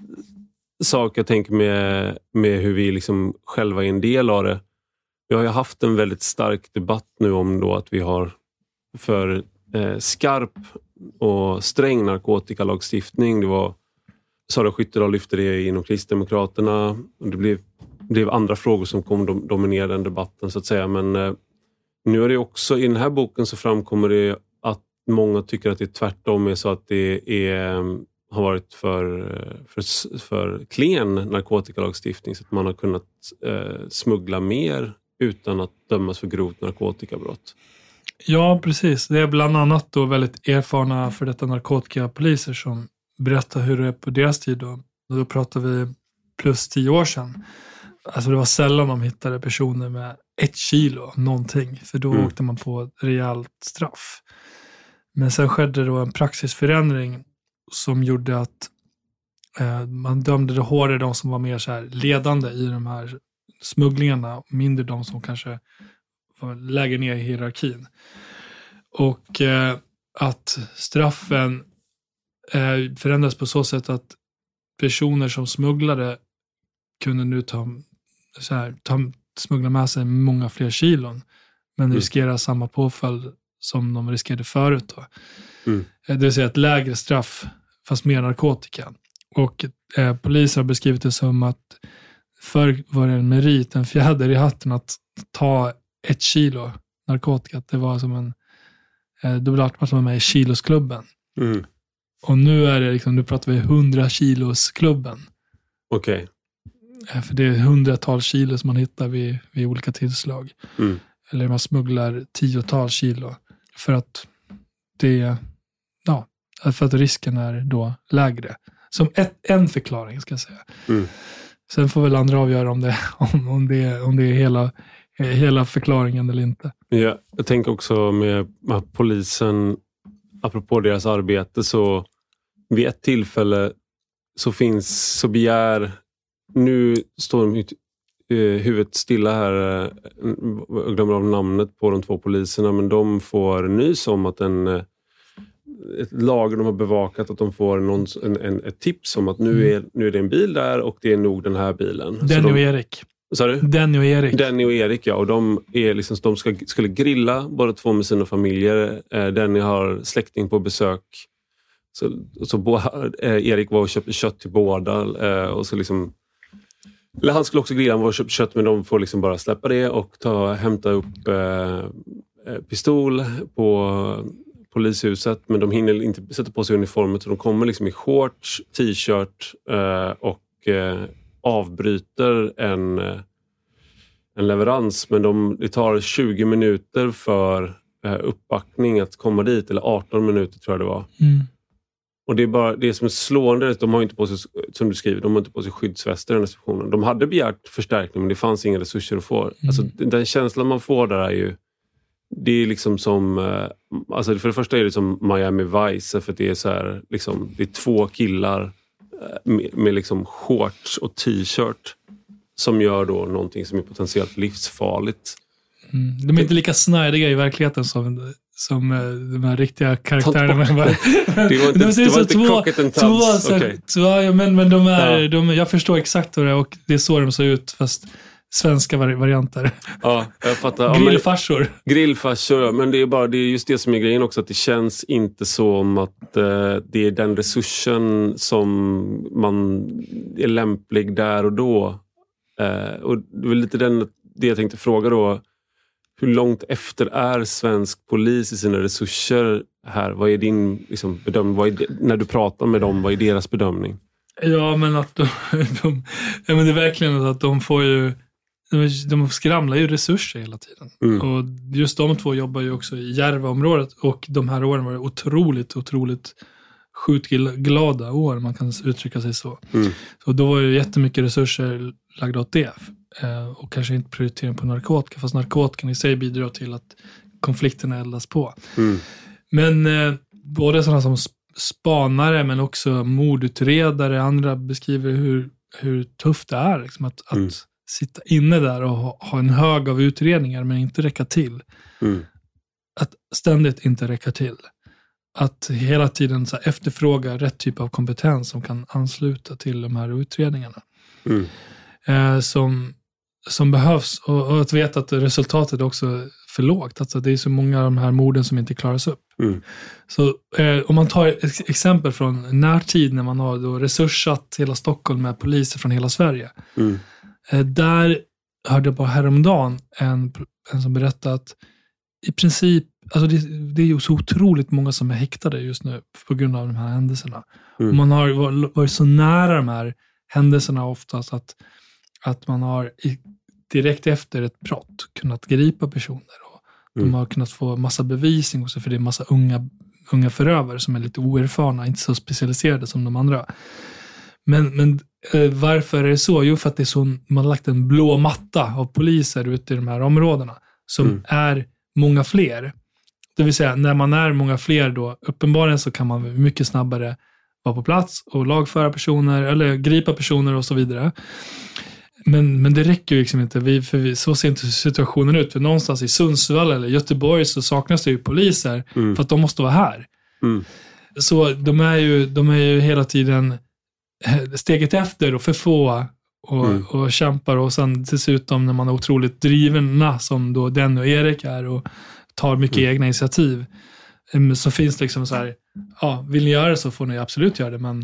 S1: sak jag tänker med, med hur vi liksom själva är en del av det. Vi har ju haft en väldigt stark debatt nu om då att vi har för eh, skarp och sträng narkotikalagstiftning. Det var Sara Skyttedal lyfte det inom Kristdemokraterna. Och det blev Det blev andra frågor som kom dom- dominera den debatten så att säga. Men eh, nu är det också, i den här boken så framkommer det att många tycker att det tvärtom är så att det är, har varit för, för, för klen narkotikalagstiftning. Så att man har kunnat eh, smuggla mer utan att dömas för grovt narkotikabrott.
S2: Ja, precis. Det är bland annat då väldigt erfarna för detta narkotikapoliser som berättar hur det är på deras tid. Då, då pratar vi plus tio år sedan. Alltså det var sällan de hittade personer med ett kilo någonting. För då mm. åkte man på ett rejält straff. Men sen skedde då en praxisförändring som gjorde att eh, man dömde det hårdare de som var mer så här ledande i de här smugglingarna. Mindre de som kanske var lägre ner i hierarkin. Och eh, att straffen eh, förändras på så sätt att personer som smugglade kunde nu ta, så här, ta, smuggla med sig många fler kilon. Men mm. riskerar samma påföljd som de riskerade förut. Då. Mm. Det vill säga ett lägre straff fast mer narkotika. Och eh, polisen har beskrivit det som att förr var det en merit, en fjäder i hatten att ta ett kilo narkotika. Det var som en, eh, då blev man som med i kilosklubben. Mm. Och nu är det liksom, nu pratar vi hundra kilosklubben.
S1: Okej. Okay.
S2: För det är hundratals kilo som man hittar vid, vid olika tillslag.
S1: Mm.
S2: Eller man smugglar tiotals kilo. För att det, ja, för att risken är då lägre. Som ett, en förklaring ska jag säga.
S1: Mm.
S2: Sen får väl andra avgöra om det, om, om det, om det är hela, hela förklaringen eller inte.
S1: Ja, jag tänker också med, med polisen, apropå deras arbete, så vid ett tillfälle så finns, så begär, nu står mitt eh, huvudet stilla här, jag glömmer av namnet på de två poliserna, men de får nys om att en, ett lager de har bevakat, att de får någon, en, en, ett tips om att nu är, nu är det en bil där och det är nog den här bilen.
S2: Denny
S1: de,
S2: och Erik.
S1: Sa du?
S2: Denny och Erik.
S1: Denny och Erik, ja. Och de, är liksom, de ska, skulle grilla båda två med sina familjer. Eh, Denny har släkting på besök. Så, så bo, eh, Erik var och köpte kött till båda. Eh, och så liksom, eller han skulle också grilla, han var och köpte kött, men de får liksom bara släppa det och ta, hämta upp eh, pistol på polishuset. Men de hinner inte sätta på sig uniformen, så de kommer liksom i shorts, t-shirt eh, och eh, avbryter en, en leverans, men de, det tar tjugo minuter för eh, uppbackning att komma dit, eller arton minuter tror jag det var.
S2: Mm.
S1: Och det är bara det som är slående, de har inte på sig, som du skriver, de har inte på sig skyddsväster i den här situationen. De hade begärt förstärkning, men det fanns inga resurser att få. Mm. Alltså, den känslan man får där är ju, det är liksom som, alltså för det första är det som Miami Vice, för det är så här, liksom, det är två killar med, med liksom shorts och t-shirt som gör då någonting som är potentiellt livsfarligt.
S2: Mm. De är inte lika snärdiga i verkligheten som, som de här riktiga karaktärerna.
S1: Det var inte, de det var inte
S2: två,
S1: Crockett and
S2: två,
S1: Tubbs.
S2: så,
S1: Okay.
S2: så, ja, men, men de är,
S1: ja.
S2: de, jag förstår exakt vad det är och det är så de ser ut, fast svenska varianter.
S1: Ja, jag fattar.
S2: Grillfarsor.
S1: Ja, grillfarsor, men det är bara det är just det som är grejen också, att det känns inte som att eh, det är den resursen som man är lämplig där och då. Eh, och det är lite den, det jag tänkte fråga då. Hur långt efter är svensk polis i sina resurser här? Vad är din liksom, bedömning? Vad är, när du pratar med dem, vad är deras bedömning?
S2: Ja, men att de, de ja, men det är verkligen att de får ju de, de skramlar ju resurser hela tiden. Mm. Och just de två jobbar ju också i Järvaområdet och de här åren var det otroligt, otroligt skjutglada år, man kan uttrycka sig så. Mm. Så då var ju jättemycket resurser lagda åt det. Och kanske inte prioritering på narkotika, fast narkotikan i sig bidrar till att konflikterna eldas på. Mm. Men eh, både sådana som spanare men också mordutredare, andra beskriver hur, hur tufft det är liksom, att, mm. att sitta inne där och ha, ha en hög av utredningar men inte räcka till. Mm. Att ständigt inte räcka till. Att hela tiden så här, efterfråga rätt typ av kompetens som kan ansluta till de här utredningarna. Mm. Eh, som som behövs och, och att veta att resultatet också är för lågt. Alltså det är så många av de här morden som inte klaras upp. Mm. Så eh, om man tar ett exempel från närtid när man har då resursat hela Stockholm med poliser från hela Sverige. Mm. Eh, där hörde jag bara häromdagen en, en som berättade att i princip, alltså det, det är ju så otroligt många som är häktade just nu på grund av de här händelserna. Mm. Och man har varit så nära de här händelserna oftast att att man har i, direkt efter ett brott kunnat gripa personer och mm. de har kunnat få massa bevisning också, för det är massa unga, unga förövare som är lite oerfarna, inte så specialiserade som de andra. Men, men eh, varför är det så? Jo, för att det är så, man har lagt en blå matta av poliser ute i de här områdena som mm. är många fler. Det vill säga, när man är många fler då, uppenbarligen så kan man mycket snabbare vara på plats och lagföra personer eller gripa personer och så vidare. Men, men det räcker ju liksom inte, vi, för vi, så ser inte situationen ut. För någonstans i Sundsvall eller Göteborg så saknas det ju poliser mm. för att de måste vara här. Mm. Så de är, ju, de är ju hela tiden steget efter och för få och, mm. och kämpar. Och sen dessutom när man är otroligt drivna som då den och Erik är och tar mycket mm. egna initiativ, så finns det liksom så här, ja, vill ni göra det så får ni absolut göra det, men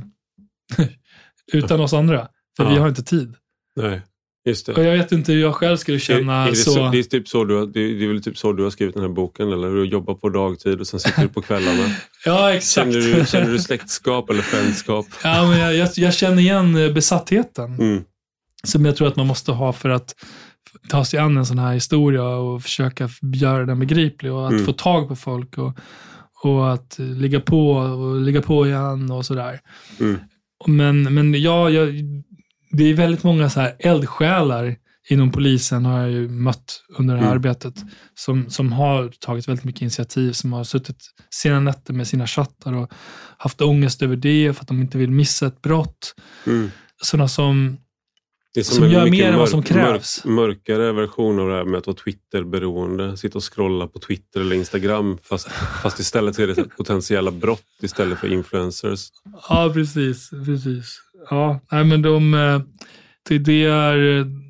S2: utan oss andra. För ja. vi har inte tid.
S1: Nej, just det.
S2: Och jag vet inte hur jag själv skulle känna är, är det så. så.
S1: Det är typ så du har, det är väl typ så du har skrivit den här boken, eller du jobbar på dagtid och sen sitter du på kvällarna.
S2: Ja, exakt.
S1: Känner du, känner du släktskap eller frändskap?
S2: Ja, men jag, jag, jag känner igen besattheten. Mm. Som jag tror att man måste ha för att ta sig an en sån här historia och försöka göra den begriplig och att mm. få tag på folk och, och att ligga på och ligga på igen och sådär. Mm. Men, men ja, jag, det är väldigt många så här eldsjälar inom polisen har jag ju mött under det här mm. arbetet som, som har tagit väldigt mycket initiativ, som har suttit sina nätter med sina chattar och haft ångest över det för att de inte vill missa ett brott. Mm. Sådana som
S1: Det är som,
S2: som
S1: en
S2: gör
S1: mycket
S2: mer än
S1: mörk,
S2: vad som krävs.
S1: Mörk, mörkare version av det här med att vara Twitter-beroende. Sitta och scrolla på Twitter eller Instagram. Fast, fast istället är det potentiella brott istället för influencers.
S2: Ja, precis. precis. Ja, nej, men de, det, det, är,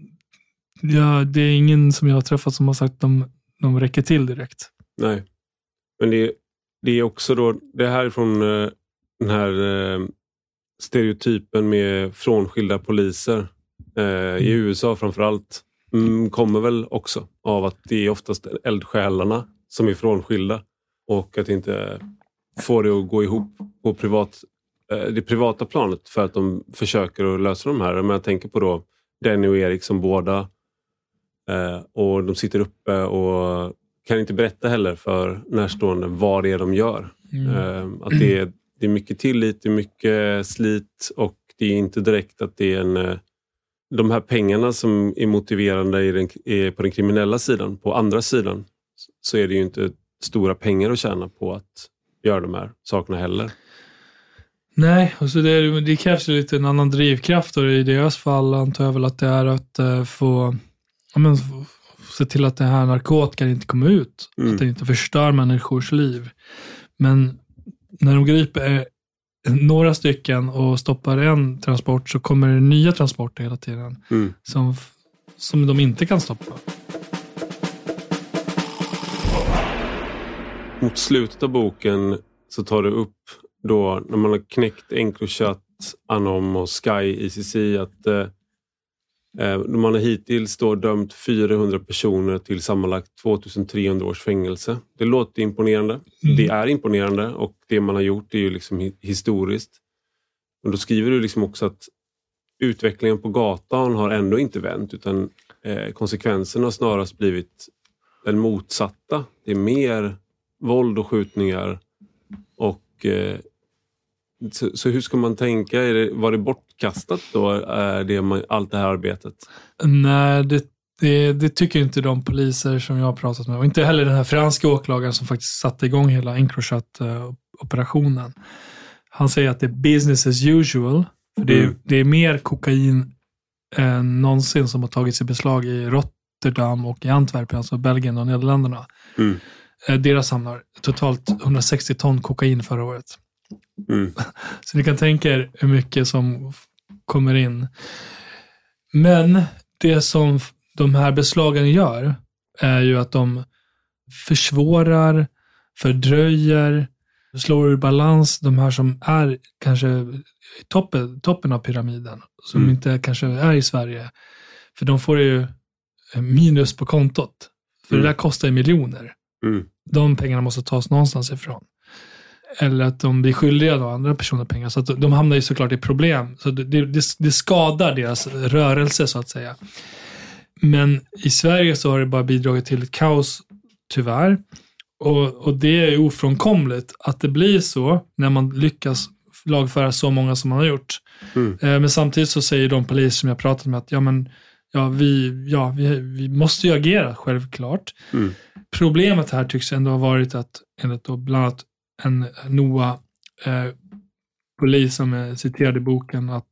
S2: ja, det är ingen som jag har träffat som har sagt att de, de räcker till direkt. Nej,
S1: men det, det är också då, det här från den här stereotypen med frånskilda poliser. I U S A framförallt mm, kommer väl också av att det är oftast eldsjälarna som är frånskilda och att inte få det att gå ihop på privat, eh, det privata planet för att de försöker att lösa de här. Men jag tänker på då Danny och Erik som båda eh, och de sitter uppe och kan inte berätta heller för närstående vad det är de gör. Mm. Eh, att det är, det är mycket tillit, det är mycket slit och det är inte direkt att det är en de här pengarna som är motiverande i den, är på den kriminella sidan. På andra sidan så är det ju inte stora pengar att tjäna på att göra de här sakerna heller.
S2: Nej, alltså det, det krävs ju lite en annan drivkraft, och i deras fall antar jag väl att det är att uh, få, ja, men, få se till att det här narkotikan inte kommer ut. Mm. Att det inte förstör människors liv. Men när de griper några stycken och stoppar en transport, så kommer det nya transporter hela tiden. Mm. Som, som de inte kan stoppa.
S1: Mot slutet av boken så tar det upp då när man har knäckt Encrochat, Anom och Sky I C C att eh, man har hittills då dömt fyrahundra personer till sammanlagt tvåtusentrehundra års fängelse. Det låter imponerande. Mm. Det är imponerande, och det man har gjort är ju liksom historiskt. Men då skriver du liksom också att utvecklingen på gatan har ändå inte vänt, utan eh, konsekvenserna har snarast blivit den motsatta. Det är mer våld och skjutningar. Och eh, så, så hur ska man tänka? Är det, var det bortkastat då, är det man, allt det här arbetet?
S2: Nej, det, det, det tycker inte de poliser som jag har pratat med. Och inte heller den här franska åklagaren som faktiskt satte igång hela Encrochat-operationen. Han säger att det är business as usual. För det, mm. är, det är mer kokain än någonsin som har tagits i beslag i Rotterdam och i Antwerpen, alltså Belgien och Nederländerna. Mm. Deras hamnar totalt hundrasextio ton kokain förra året. Mm. Så ni kan tänka er hur mycket som kommer in. Men det som de här beslagen gör är ju att de försvårar, fördröjer, slår ur balans de här som är kanske i toppen, toppen av pyramiden, som mm. inte kanske är i Sverige. För de får ju minus på kontot. För mm. det där kostar ju miljoner. Mm. De pengarna måste tas någonstans ifrån. Eller att de blir skyldiga då andra personer pengar. Så att de hamnar ju såklart i problem. Så det, det, det skadar deras rörelse så att säga. Men i Sverige så har det bara bidragit till ett kaos, tyvärr. Och, och det är ofrånkomligt att det blir så när man lyckas lagföra så många som man har gjort. Mm. Eh, men samtidigt så säger de poliser som jag pratat med att ja, men, ja, vi, ja, vi, vi måste ju agera, självklart. Mm. Problemet här tycks ändå ha varit att enligt då bland annat en Noah eh, polis som är citerad i boken, att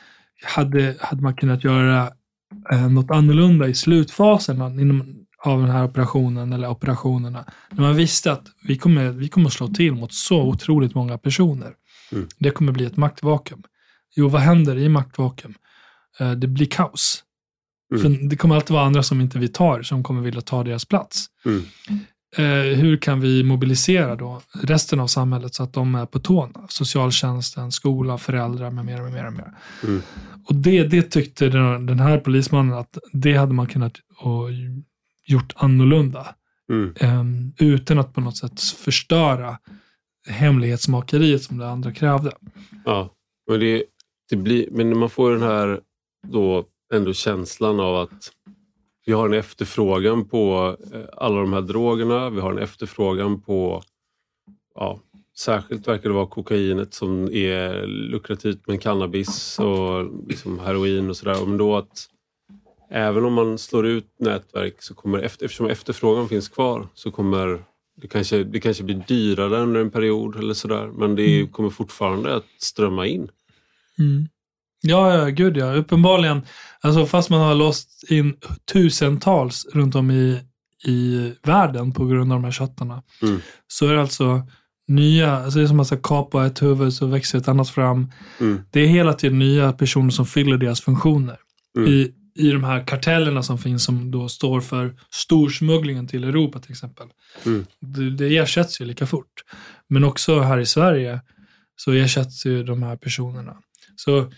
S2: hade, hade man kunnat göra eh, något annorlunda i slutfasen inom, av den här operationen eller operationerna. När man visste att vi kommer, vi kommer slå till mot så otroligt många personer. Mm. Det kommer bli ett maktvakuum. Jo, vad händer i maktvakuum? Eh, det blir kaos. Mm. För det kommer alltid vara andra som inte vi tar, som kommer vilja ta deras plats. Mm. Eh, hur kan vi mobilisera då resten av samhället så att de är på tårna? Socialtjänsten, skola, föräldrar med mer och mer och mer. Mm. Och det, det tyckte den, den här polismannen att det hade man kunnat och gjort annorlunda. Mm. Eh, utan att på något sätt förstöra hemlighetsmakeriet som det andra krävde.
S1: Ja, men, det, det blir, men man får den här då ändå känslan av att vi har en efterfrågan på alla de här drogerna. Vi har en efterfrågan på, ja, särskilt verkar det vara kokainet som är lukrativt, med cannabis och liksom heroin och sådär. Men då att även om man slår ut nätverk så kommer, efter, eftersom efterfrågan finns kvar, så kommer det kanske, det kanske blir dyrare under en period eller sådär. Men det mm. kommer fortfarande att strömma in.
S2: Mm. Ja, ja, gud ja. Uppenbarligen. Alltså fast man har låst in tusentals runt om i, i världen på grund av de här chattarna. Mm. Så är det alltså nya, alltså det är som att man ska kapa ett huvud så växer ett annat fram. Mm. Det är hela tiden nya personer som fyller deras funktioner. Mm. I, I de här kartellerna som finns, som då står för storsmugglingen till Europa till exempel. Mm. Det, det ersätts ju lika fort. Men också här i Sverige så ersätts ju de här personerna. Så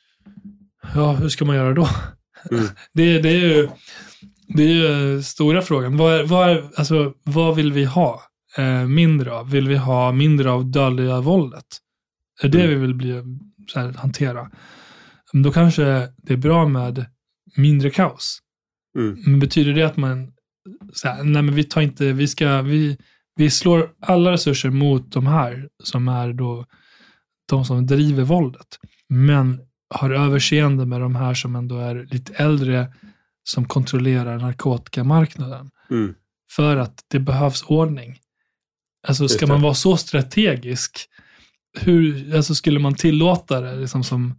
S2: ja, hur ska man göra då? Mm. Det, det är ju det är ju stora frågan. Vad, är, vad, är, alltså, vad vill vi ha eh, mindre av? Vill vi ha mindre av dödliga våldet? Är det mm. vi vill bli, så här, hantera? Då kanske det är bra med mindre kaos. Mm. Men betyder det att man så här, nej men vi tar inte, vi ska vi, vi slår alla resurser mot de här som är då de som driver våldet, men har överseende med de här som ändå är lite äldre, som kontrollerar narkotikamarknaden. Mm. För att det behövs ordning. Alltså ska man vara så strategisk hur alltså skulle man tillåta det liksom som,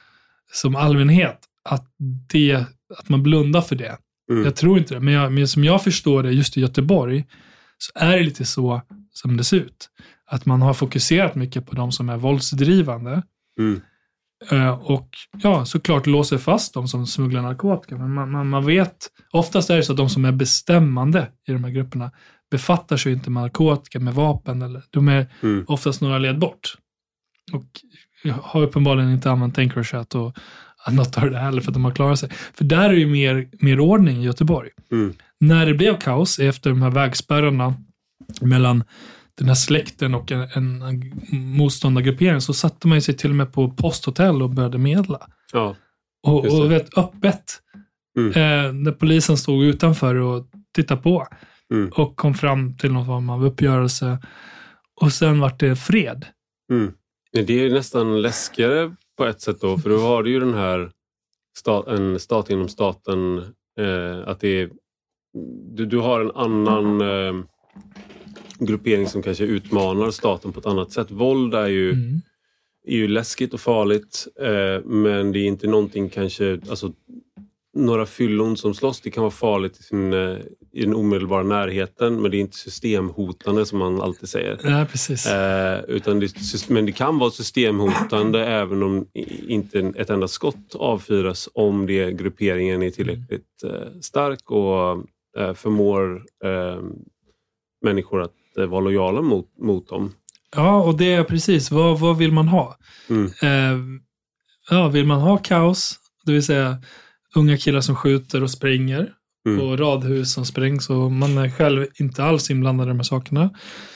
S2: som allmänhet att, det, att man blundar för det? Mm. Jag tror inte det, men, jag, men som jag förstår det just i Göteborg så är det lite så som det ser ut. Att man har fokuserat mycket på de som är våldsdrivande. Mm. Uh, och ja, såklart låser fast de som smugglar narkotika. Men man, man, man vet, oftast är det så att de som är bestämmande i de här grupperna befattar sig inte med narkotika, med vapen. Eller, de är mm. oftast några led bort. Och jag har uppenbarligen inte använt Encrochat och något av det heller för att de har klarat sig. För där är det ju mer, mer ordning i Göteborg. Mm. När det blev kaos efter de här vägspärrarna mellan den här släkten och en, en, en motståndargruppering så satte man sig till och med på posthotell och började medla. Ja, och och vet, öppet. Mm. Eh, när polisen stod utanför och tittade på. Mm. Och kom fram till någon form av uppgörelse. Och sen var det fred.
S1: Mm. Det är nästan läskigare på ett sätt då. För då har du ju den här stat, en stat inom staten. Eh, att det är, du, du har en annan... Eh, gruppering som kanske utmanar staten på ett annat sätt. Våld är ju, mm. är ju läskigt och farligt eh, men det är inte någonting kanske, alltså några fyllon som slåss, det kan vara farligt i, sin, eh, i den omedelbara närheten men det är inte systemhotande som man alltid säger.
S2: Ja, precis.
S1: Eh, utan det, men det kan vara systemhotande även om inte ett enda skott avfyras om det grupperingen är tillräckligt eh, stark och eh, förmår eh, människor att vara lojala mot, mot dem.
S2: Ja, och det är precis. Vad, vad vill man ha? Mm. Eh, ja, vill man ha kaos? Det vill säga unga killar som skjuter och springer. Mm. Och radhus som sprängs. Och man är själv inte alls inblandad i de här sakerna.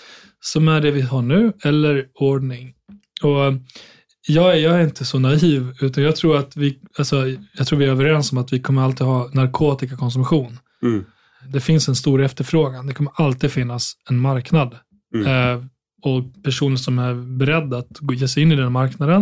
S2: Som är det vi har nu. Eller ordning. Och jag är, jag är inte så naiv. Utan jag tror att vi, alltså, jag tror vi är överens om att vi kommer alltid ha narkotikakonsumtion. Mm. Det finns en stor efterfrågan. Det kommer alltid finnas en marknad. Mm. Eh, och personer som är beredda att ge sig in i den marknaden.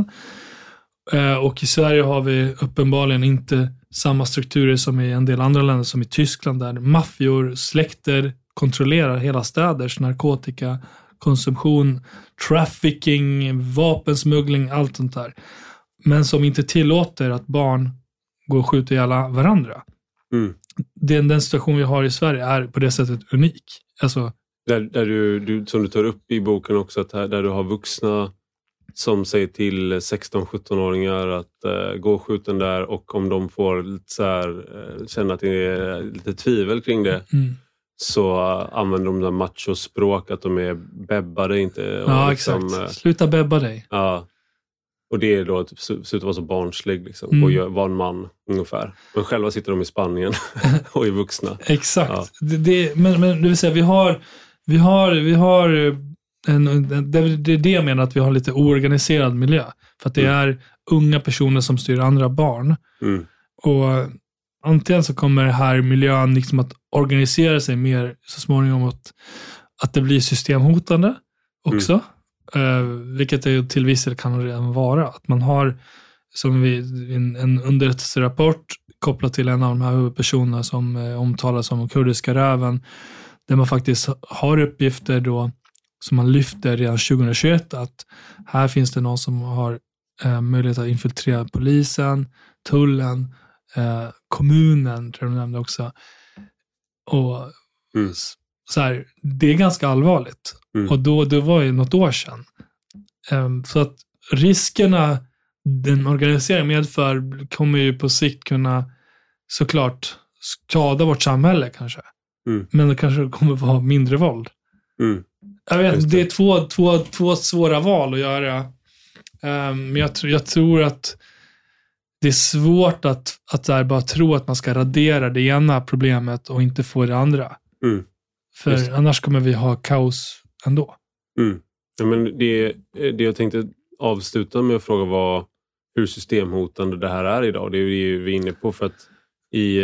S2: Eh, och i Sverige har vi uppenbarligen inte samma strukturer som i en del andra länder, som i Tyskland, där maffior, släkter kontrollerar hela städers narkotika, konsumtion, trafficking, vapensmuggling, allt sånt där. Men som inte tillåter att barn går och skjuter ihjäl varandra. Mm. Den, den situation vi har i Sverige är på det sättet unik. Alltså,
S1: där, där du, du, som du tar upp i boken också, att här, där du har vuxna som säger till sexton-sjutton-åringar att uh, gå och skjuta den där, och om de får lite så här, uh, känna att det är lite tvivel kring det mm. så uh, använder de där machospråk, att de är bebbade inte.
S2: Ja, liksom, exakt. Uh, Sluta bebba dig.
S1: Ja. Och det är då att sluta vara så barnslig liksom, mm. och gör, vara en man ungefär. Men själva sitter de i Spanien och är vuxna.
S2: Exakt. Ja. Det, det, men, men det vill säga, vi har, vi har, vi har en, en, det är det jag menar, att vi har lite oorganiserad miljö. För att det mm. är unga personer som styr andra barn. Mm. Och antingen så kommer det här miljön liksom att organisera sig mer så småningom att, att det blir systemhotande också. Mm. Uh, vilket det till viss del kan redan vara. Att man har som vi, en, en underrättelserapport kopplat till en av de här huvudpersonerna som eh, omtalas som kurdiska räven, där man faktiskt har uppgifter då som man lyfter redan tjugohundratjugoett, att här finns det någon som har eh, möjlighet att infiltrera polisen, tullen, eh, kommunen, tror jag nämnde också. Och mm. så här, det är ganska allvarligt. Mm. Och då, det var ju något år sedan. Um, så att riskerna den organiseringen medför kommer ju på sikt kunna såklart skada vårt samhälle kanske. Mm. Men det kanske kommer vara mindre våld. Mm. Jag vet, det. det är två, två, två svåra val att göra. Um, men jag, jag tror att det är svårt att, att där bara tro att man ska radera det ena problemet och inte få det andra. Mm. För annars kommer vi ha kaos ändå. Mm.
S1: Ja, men det, det jag tänkte avsluta med att fråga var hur systemhotande det här är idag. Det är ju vi inne på, för att i,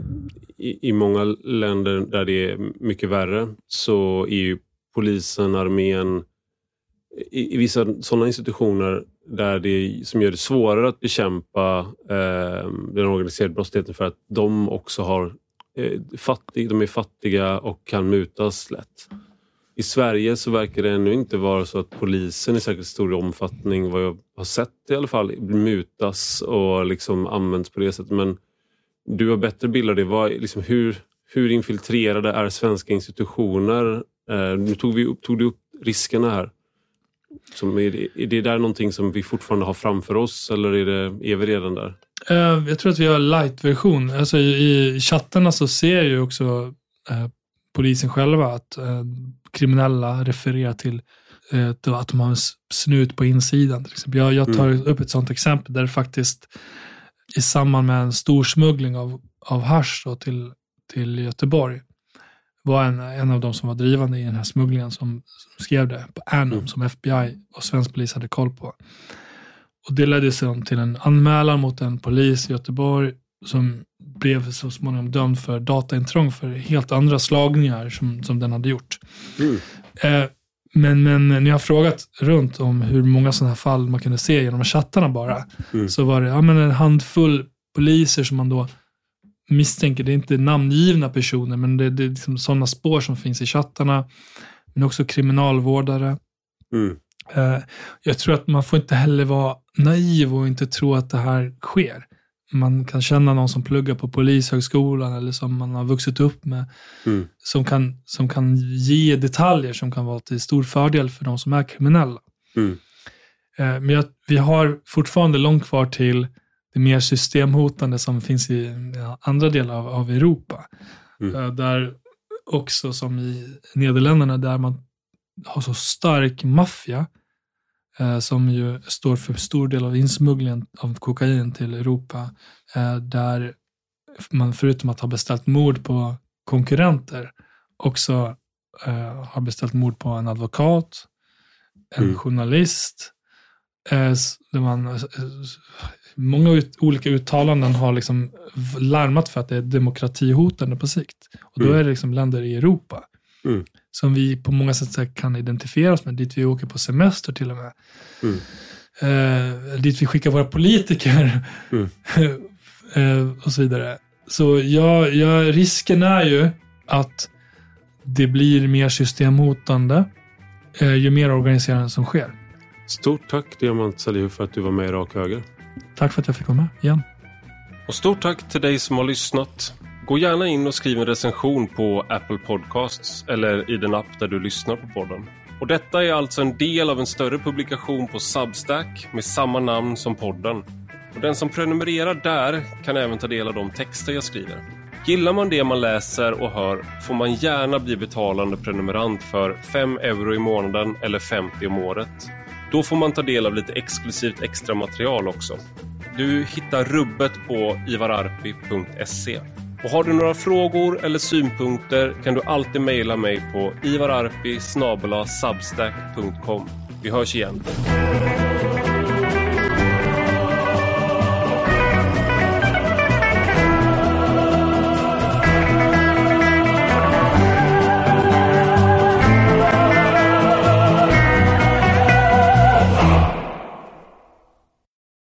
S1: i, i många länder där det är mycket värre så är ju polisen, armén, i, i vissa sådana institutioner där det, som gör det svårare att bekämpa eh, den organiserade brottsligheten, för att de också har eh, fattig, de är fattiga och kan mutas lätt. I Sverige så verkar det ännu inte vara så att polisen i säkert stor omfattning, vad jag har sett i alla fall, mutas och liksom används på det sättet. Men du har bättre bild av det. Vad, liksom, hur, hur infiltrerade är svenska institutioner? Eh, nu tog, vi upp, tog du upp riskerna här. Som är, det, är det där någonting som vi fortfarande har framför oss, eller är, det, är vi redan där?
S2: Uh, jag tror att vi har light-version. Alltså, i, i chattarna så ser ju också uh, polisen själva att uh, kriminella refererar till uh, att de har en snut på insidan. Till exempel. Jag, jag tar mm. upp ett sånt exempel där det faktiskt i samband med en stor smuggling av, av hasch då, till, till Göteborg var en, en av de som var drivande i den här smugglingen som, som skrev det på Anom mm. som F B I och svensk polis hade koll på. Och det ledde sedan till en anmälan mot en polis i Göteborg som blev så småningom dömd för dataintrång för helt andra slagningar som, som den hade gjort. Mm. Eh, men, men när jag har frågat runt om hur många sådana här fall man kunde se genom chattarna bara mm. så var det ja, men en handfull poliser som man då misstänker, det är inte namngivna personer men det, det är liksom sådana spår som finns i chattarna, men också kriminalvårdare. Mm. Uh, jag tror att man får inte heller vara naiv och inte tro att det här sker. Man kan känna någon som pluggar på polishögskolan eller som man har vuxit upp med mm. som, kan, som kan ge detaljer som kan vara till stor fördel för de som är kriminella. Mm. Uh, men jag, vi har fortfarande långt kvar till det mer systemhotande som finns i ja, andra delar av, av Europa. Mm. Uh, där också som i Nederländerna där man har så stark maffia eh, som ju står för stor del av insmugglingen av kokain till Europa. Eh, där man förutom att ha beställt mord på konkurrenter också eh, har beställt mord på en advokat, en mm. journalist. Eh, där man, eh, många ut, olika uttalanden har liksom larmat för att det är demokratihotande på sikt. Och då mm. är det liksom länder i Europa. Mm. Som vi på många sätt kan identifiera oss med, dit vi åker på semester till och med. Mm. Eh, dit vi skickar våra politiker mm. eh, och så vidare. Så ja, ja, risken är ju att det blir mer systemhotande eh, ju mer organiserande som sker.
S1: Stort tack Diamant Salihu för att du var med i Rak Höger.
S2: Tack för att jag fick komma med igen.
S1: Och stort tack till dig som har lyssnat. Gå gärna in och skriv en recension på Apple Podcasts eller i den app där du lyssnar på podden. Och detta är alltså en del av en större publikation på Substack med samma namn som podden. Och den som prenumererar där kan även ta del av de texter jag skriver. Gillar man det man läser och hör får man gärna bli betalande prenumerant för fem euro i månaden eller femtio om året. Då får man ta del av lite exklusivt extra material också. Du hittar rubbet på ivararpi punkt se. Och har du några frågor eller synpunkter kan du alltid mejla mig på ivararpi snabel-a substack punkt com. Vi hörs igen.